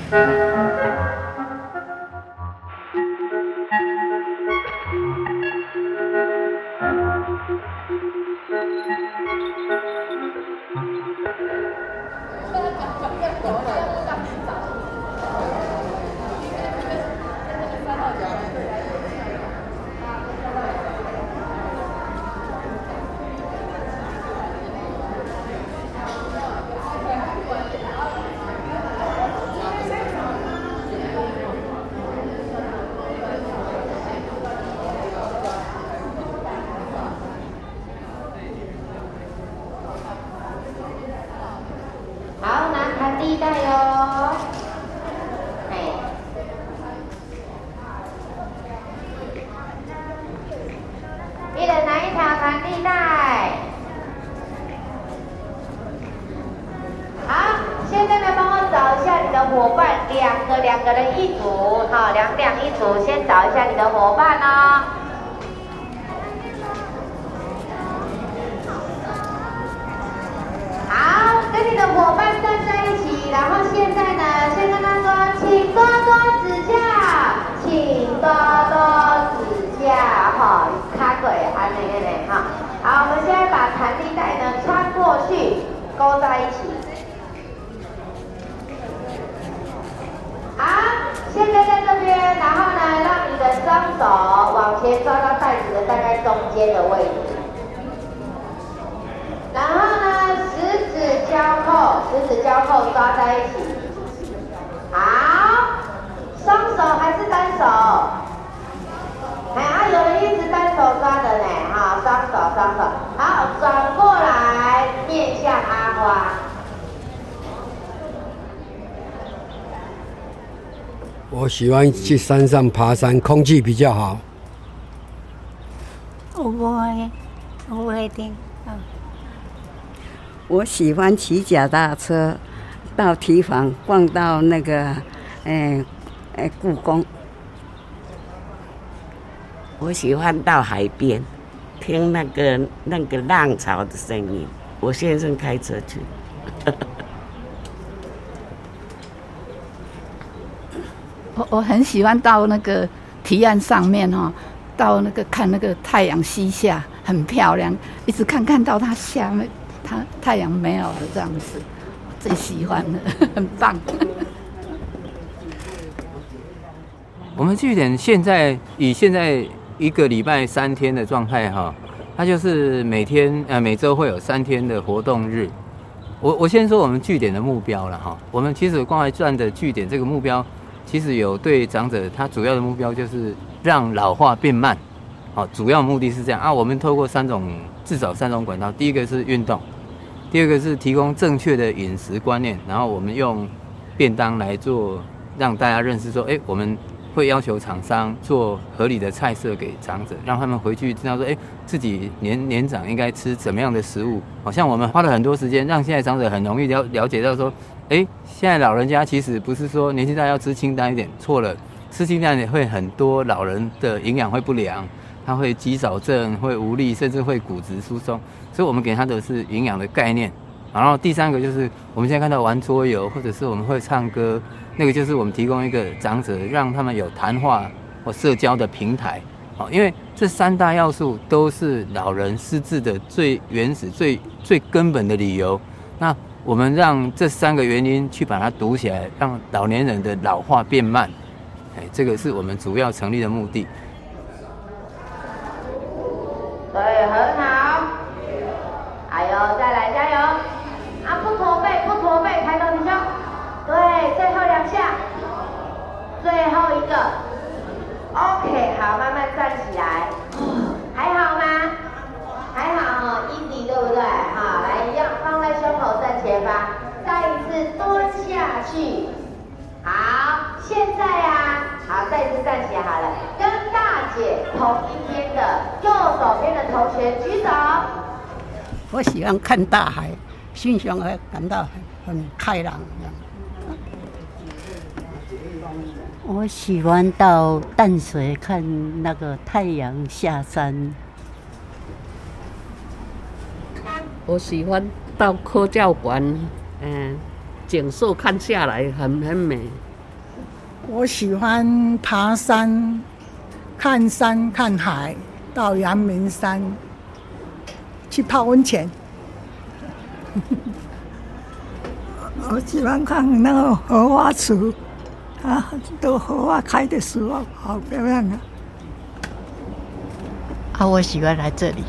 第一代哟，一人拿一条弹地带。好，现在呢，帮我找一下你的伙伴，两个人一组，好，两一组，先找一下你的伙伴哦。好，跟你的伙伴站在一起，然后现在呢，先跟他说，请多多指教，请多多指教，哈，卡鬼安那个哈。好，我们现在把弹力带呢穿过去，勾在一起。好，现在在这边，然后呢，让你的双手往前抓到带子的大概中间的位置。然后呢，十指交扣抓在一起。好，双手还是单手？有人一直单手抓的呢，哈，双手。好，转过来面向阿花。 我喜欢去山上爬山，空气比较好。 我会听。我喜欢骑脚踏车到堤防逛到那个故宫。 我喜欢到海边听那个浪潮的声音。我先生开车去。 我很喜欢到那个堤岸上面到那个看那个太阳西下，很漂亮，一直看到它下面。太阳没有了，这样子，最喜欢的，很棒。 我们据点现在一个礼拜3天的状态它就是每周会有3天的活动日。我先说我们据点的目标了我们其实关怀站的据点这个目标，其实有对长者，它主要的目标就是让老化变慢。主要目的是这样我们透过至少3种管道，第一个是运动。第二个是提供正确的饮食观念，然后我们用便当来做，让大家认识说，我们会要求厂商做合理的菜色给长者，让他们回去知道说，自己年长应该吃怎么样的食物。好像我们花了很多时间，让现在长者很容易了解到说，现在老人家其实不是说年纪大要吃清淡一点，错了，吃清淡会很多老人的营养会不良，他会肌少症，会无力，甚至会骨质疏松。所以我们给他的是营养的概念。然后第3个就是我们现在看到玩桌游，或者是我们会唱歌，那个就是我们提供一个长者让他们有谈话或社交的平台。因为这3大要素都是老人失智的最原始、最根本的理由。那我们让这3个原因去把它读起来，让老年人的老化变慢。这个是我们主要成立的目的。 对，很好。再来加油！不驼背，抬头挺胸。对，最后2下，最后一个。OK， 好，慢慢站起来。还好吗？还好，easy 对不对？来一样，放在胸口正前方，再一次蹲下去。好，现在好，再一次站起来好了。跟大姐同一边的右手边的同学举手。 我喜欢看大海，心胸会感到很开朗。 我喜欢到淡水看那个太阳下山。 我喜欢到科教馆，景色看下来很美。 我喜欢爬山、看山看海，到阳明山去泡温泉。我喜欢看那个荷花池，都荷花开的时候，好漂亮啊！ 我喜欢来这里。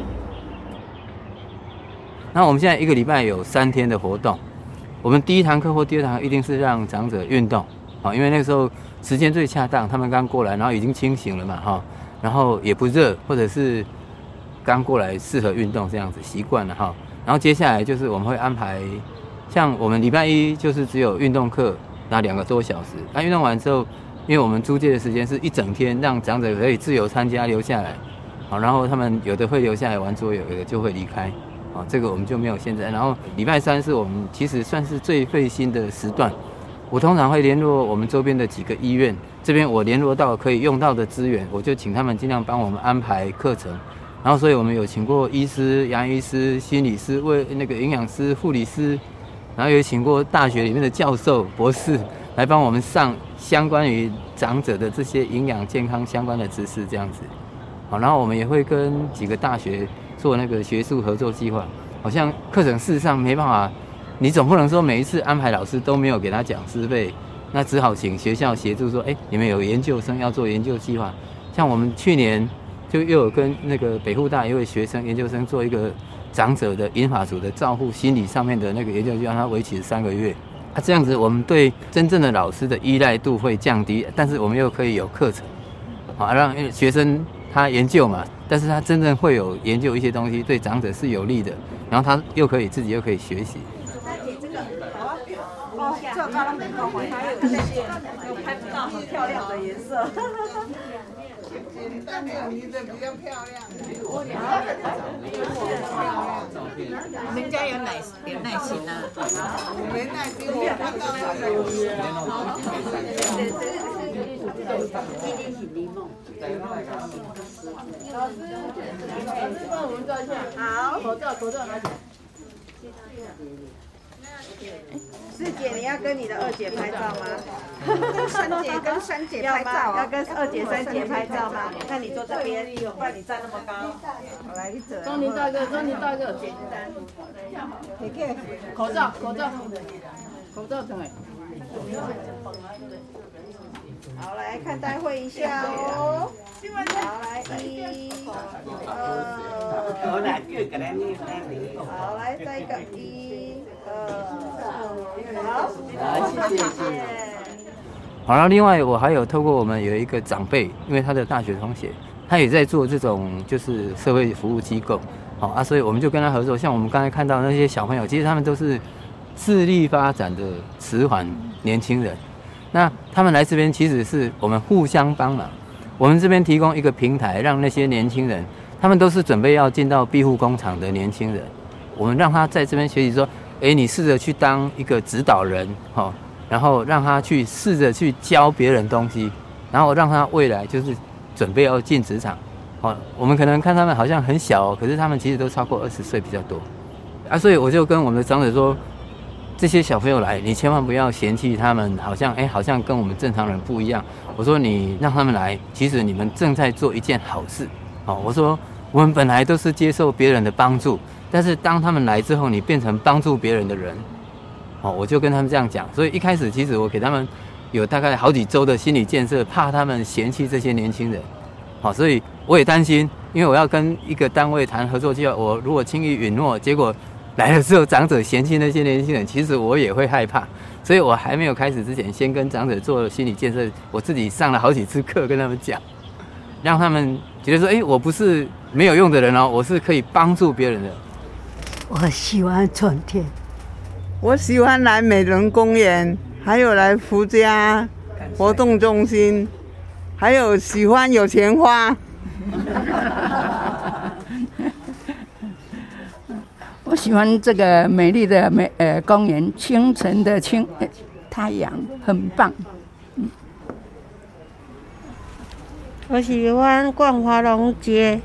那我们现在1个礼拜有3天的活动，我们第1堂课或第2堂课一定是让长者运动，因为那个时候时间最恰当，他们刚过来，然后已经清醒了嘛，然后也不热，或者是刚过来适合运动这样子习惯了哈。然后接下来就是我们会安排，像我们礼拜1就是只有运动课，那2个多小时。那运动完之后，因为我们租借的时间是1整天，让长者可以自由参加留下来，好，然后他们有的会留下来玩桌游，有的就会离开，好，这个我们就没有限制。然后礼拜3是我们其实算是最费心的时段，我通常会联络我们周边的几个医院，这边我联络到可以用到的资源，我就请他们尽量帮我们安排课程。然后，所以我们有请过医师、牙医师、心理师、那个营养师、护理师，然后有请过大学里面的教授、博士来帮我们上相关于长者的这些营养健康相关的知识，这样子。好，然后我们也会跟几个大学做那个学术合作计划。好像课程事实上没办法，你总不能说每一次安排老师都没有给他讲师费，那只好请学校协助说，你们有研究生要做研究计划，像我们去年。就又有跟那个北护大一位学生研究生做一个长者的银发族的照护心理上面的那个研究，就让他为期3个月。这样子我们对真正的老师的依赖度会降低，但是我们又可以有课程，让学生他研究嘛，但是他真正会有研究一些东西，对长者是有利的，然后他又可以自己又可以学习。 这刚刚没看完，还有这些拍不到很漂亮的颜色。但是你的比较漂亮。人家有耐心啊。我没耐心，我看到那个。老师帮我们照一下。好，口罩拿起来。四姐，你要跟你的2姐拍照吗？跟3姐拍照要跟2姐、3姐拍照吗？那你坐这边，不然你站那么高。我来一折。钟宁大哥，简单。你可以口罩等哎。好，来看待会一下哦。好，来1、2。好，来再一个1、2。好，谢谢。 好了，另外我还有透过我们有一个长辈，因为他的大学同学，他也在做这种就是社会服务机构，所以我们就跟他合作。像我们刚才看到那些小朋友，其实他们都是智力发展的迟缓年轻人，那他们来这边其实是我们互相帮忙。我们这边提供一个平台，让那些年轻人，他们都是准备要进到庇护工厂的年轻人，我们让他在这边学习说，你试着去当一个指导人，然后让他去试着去教别人东西，然后让他未来就是准备要进职场。我们可能看他们好像很小，可是他们其实都超过20岁比较多。所以我就跟我们的长者说，这些小朋友来，你千万不要嫌弃他们，好像跟我们正常人不一样。我说你让他们来，其实你们正在做一件好事。我说我们本来都是接受别人的帮助，但是当他们来之后，你变成帮助别人的人。我就跟他们这样讲。所以一开始其实我给他们有大概好几周的心理建设，怕他们嫌弃这些年轻人。所以我也担心，因为我要跟一个单位谈合作计划，我如果轻易允诺，结果来了之后长者嫌弃那些年轻人，其实我也会害怕。所以我还没有开始之前，先跟长者做心理建设，我自己上了好几次课跟他们讲，让他们觉得说，我不是没有用的人哦，我是可以帮助别人的。 我喜欢春天， 我喜欢来美伦公园，还有来福家活动中心，还有喜欢有钱花。 我喜欢这个美丽的公园，清晨的太阳很棒。 我喜欢逛华龙街。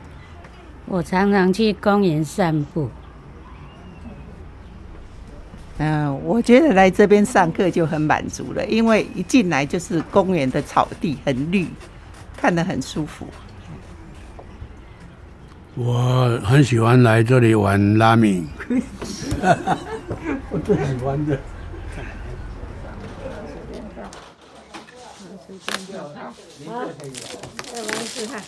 我常常去公园散步。 我觉得来这边上课就很满足了，因为一进来就是公园的草地，很绿，看得很舒服。 我很喜欢来这里玩拉米，我最喜欢的。 好，再玩一次看。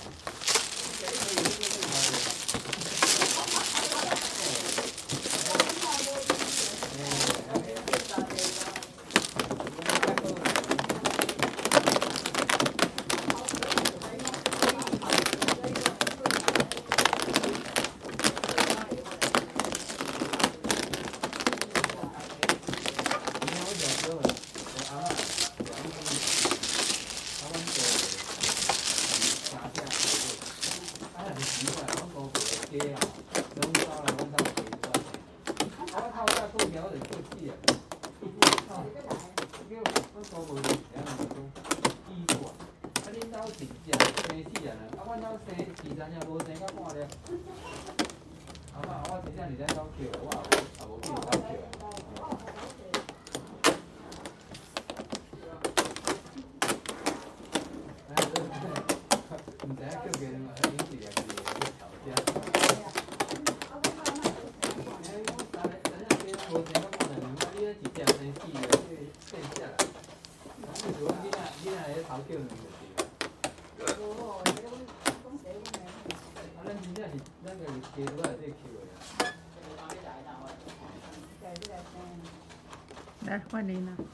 来换你了。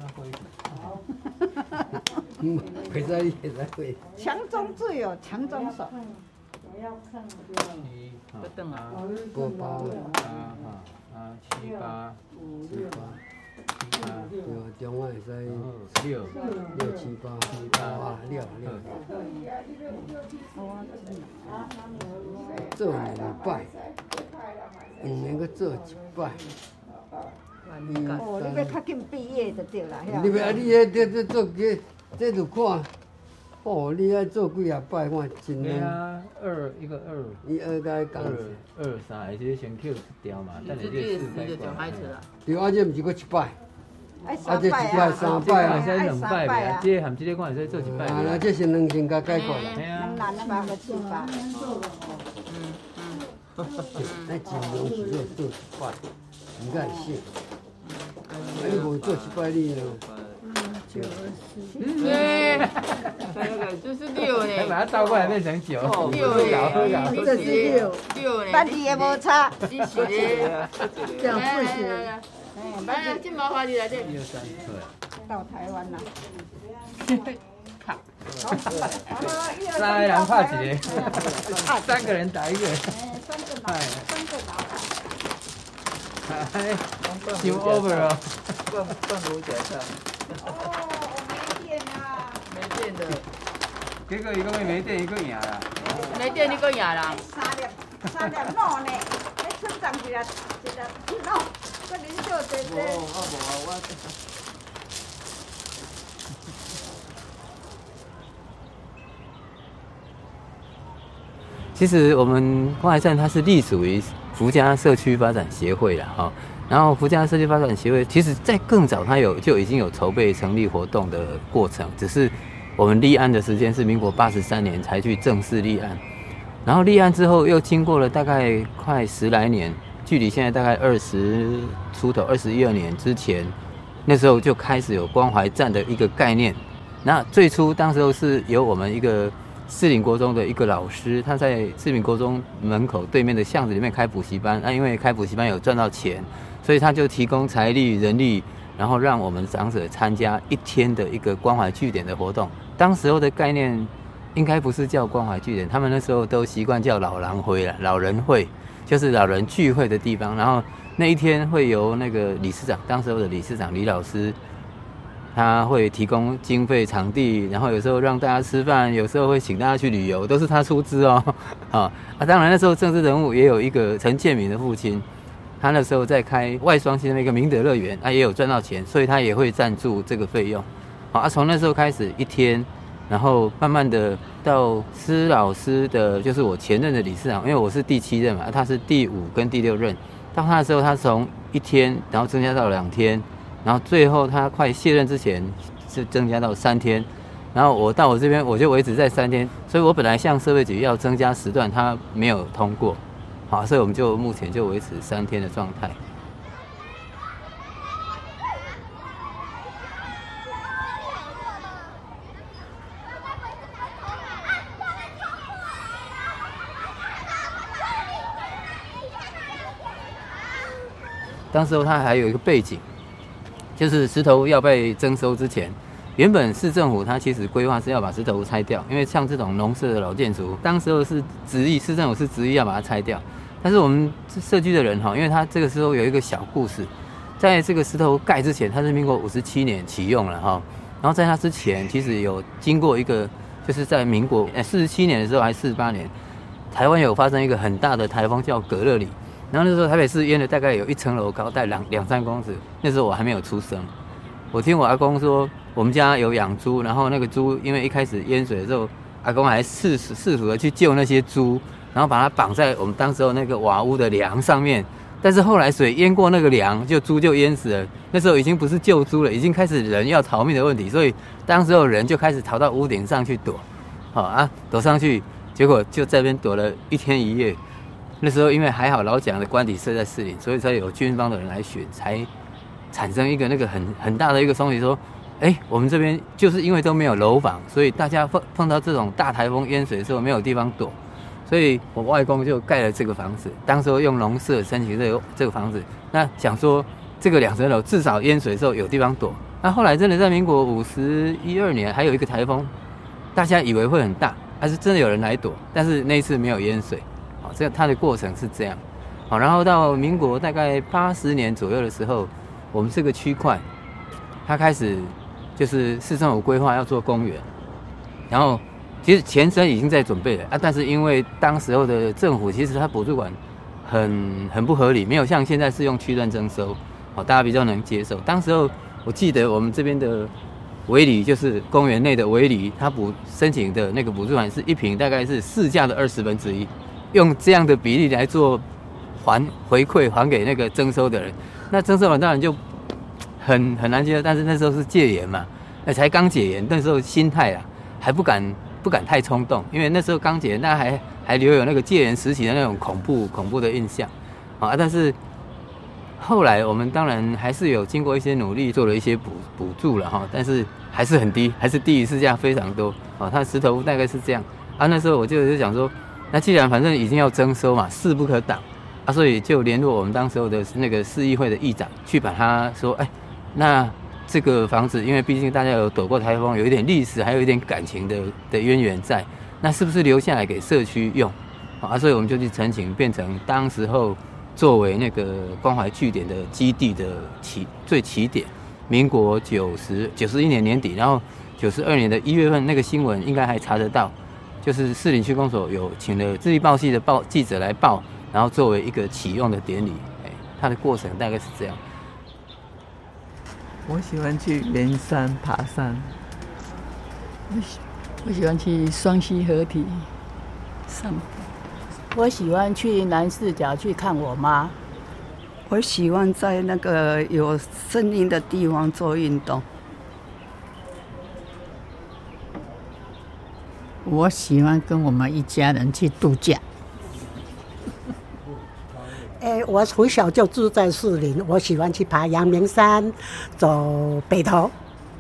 可以再会。 强中自有强中手。我要看不等啊。 过8、 7、8、 中晚会使6、7、8、6。做2摆，2个做1摆。 哦，你要较紧毕业就对啦。 你这做几，这就看。哦，你爱做几啊摆，我真对啊，2一个2， 你2该讲 2、3，而且先 Q 一条嘛，等下这4个就开始了。 对，啊，这毋是搁1摆， 这1摆、 3摆啊， 使2摆袂啊？这含这个看会使做1摆。 啊，这是2先甲解决啦。 嘿啊。2人8个7摆。 咱尽量是要做1摆，应该是。你无做1摆你呢？9、 10。那个这是6呢。 把它倒过来变成9。 6呢？ 这是6呢。班级也无差。 这样不行。 来，这麻烦你来这。 到台湾啦。 3个人拍1个，3个人打1个。 3个老大。 太 over 了。 半途假唱。 哦，没电啊。 没电的。 结果伊讲伊没电，伊佫赢啦。 没电你佫赢啦。 3粒脑呢，迄村长一个脑，佫啉少济济。 无啊，我。 其实我们光海站它是隶属于福家社区发展协会啦，哈。然后福家社区发展协会，其实在更早它就已经有筹备成立活动的过程，只是我们立案的时间是民国83年才去正式立案。然后立案之后，又经过了大概快10来年，距离现在大概20出头，21、22年之前，那时候就开始有关怀站的一个概念。那最初当时候是由我们一个士林国中的一个老师，他在士林国中门口对面的巷子里面开补习班，因为开补习班有赚到钱，所以他就提供财力、人力，然后让我们长者参加1天的一个关怀据点的活动。当时候的概念应该不是叫关怀据点，他们那时候都习惯叫老人会啦，老人会就是老人聚会的地方。然后那一天会由那个理事长，当时候的理事长李老师，他会提供经费、场地，然后有时候让大家吃饭，有时候会请大家去旅游，都是他出资哦。当然那时候政治人物也有一个陈建民的父亲，他那时候在开外双溪的那个明德乐园，也有赚到钱，所以他也会赞助这个费用。从那时候开始1天，然后慢慢的到施老师的，就是我前任的理事长，因为我是第7任嘛，他是第5跟第6任。到他的时候，他从 1天，然后增加到2天，然后最后他快卸任之前是增加到3天，然后我到我这边我就维持在3天，所以我本来向社会局要增加时段，他没有通过，好，所以我们就目前就维持3天的状态。当时它还有一个背景，就是石头要被征收之前，原本市政府它其实规划是要把石头拆掉，因为像这种农舍的老建筑，当时候是执意市政府是执意要把它拆掉。但是我们社区的人哈，因为它这个时候有一个小故事，在这个石头盖之前，它是民国57年启用了哈，然后在它之前其实有经过一个，就是在民国47年的时候还是48年，台湾有发生一个很大的台风叫葛乐里。然后那时候台北市淹了大概有1层楼高，大概2-3公尺。那时候我还没有出生，我听我阿公说，我们家有养猪，然后那个猪因为一开始淹水的时候，阿公还试图的去救那些猪，然后把它绑在我们当时候那个瓦屋的梁上面。但是后来水淹过那个梁，猪就淹死了。那时候已经不是救猪了，已经开始人要逃命的问题，所以当时候人就开始逃到屋顶上去躲，躲上去，结果就在那边躲了1天1夜。那时候因为还好老蒋的官邸设在士林，所以才有军方的人来选，才产生一个那个很大的一个冲击，说，我们这边就是因为都没有楼房，所以大家碰到这种大台风淹水的时候没有地方躲，所以我外公就盖了这个房子，当时用农舍申请这个房子，那想说这个2层楼至少淹水的时候有地方躲。那后来真的在民国51-2年还有一个台风，大家以为会很大，还是真的有人来躲，但是那一次没有淹水。这个它的过程是这样，好，然后到民国大概80年左右的时候，我们这个区块，它开始就是市政府规划要做公园，然后其实前身已经在准备了但是因为当时候的政府其实它补助款很不合理，没有像现在是用区段征收，大家比较能接受。当时候我记得我们这边的围篱，就是公园内的围篱，它申请的那个补助款是1坪大概是市价的1/20。用这样的比例来做回馈还给那个征收的人，那征收人当然就很难接受。但是那时候是戒严嘛，才刚解严，那时候心态还不敢太冲动，因为那时候刚解严，大家还留有那个戒严时期的那种恐怖的印象但是后来我们当然还是有经过一些努力，做了一些补助了但是还是很低，还是低于市价非常多它石头屋大概是这样那时候我就想说，那既然反正已经要征收嘛，势不可挡所以就联络我们当时候的那个市议会的议长，去把他说，那这个房子因为毕竟大家有躲过台风，有一点历史，还有一点感情的渊源在，那是不是留下来给社区用所以我们就去申请，变成当时候作为那个关怀据点的基地的最起点。民国91年年底，然后92年的1月份，那个新闻应该还查得到，就是士林区公所有请了智力报系的记者来报，然后作为一个启用的典礼，它的过程大概是这样。 我喜欢去圆山爬山， 我喜欢去双溪河堤散步。 我喜欢去南四角去看我妈。 我喜欢在那个有森林的地方做运动。 我喜欢跟我们一家人去度假。 我从小就住在士林，我喜欢去爬阳明山，走北投。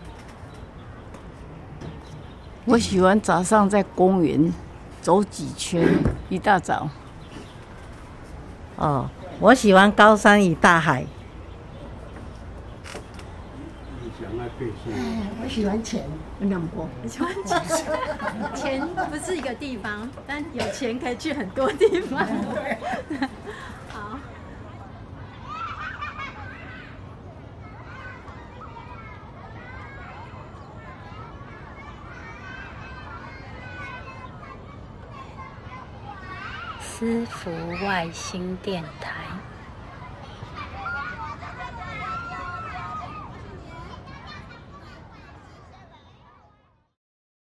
我喜欢早上在公园走几圈，一大早。 我喜欢高山与大海。 我喜欢钱， 我喜欢钱。钱不是一个地方，但有钱可以去很多地方。好。 思福外星电台。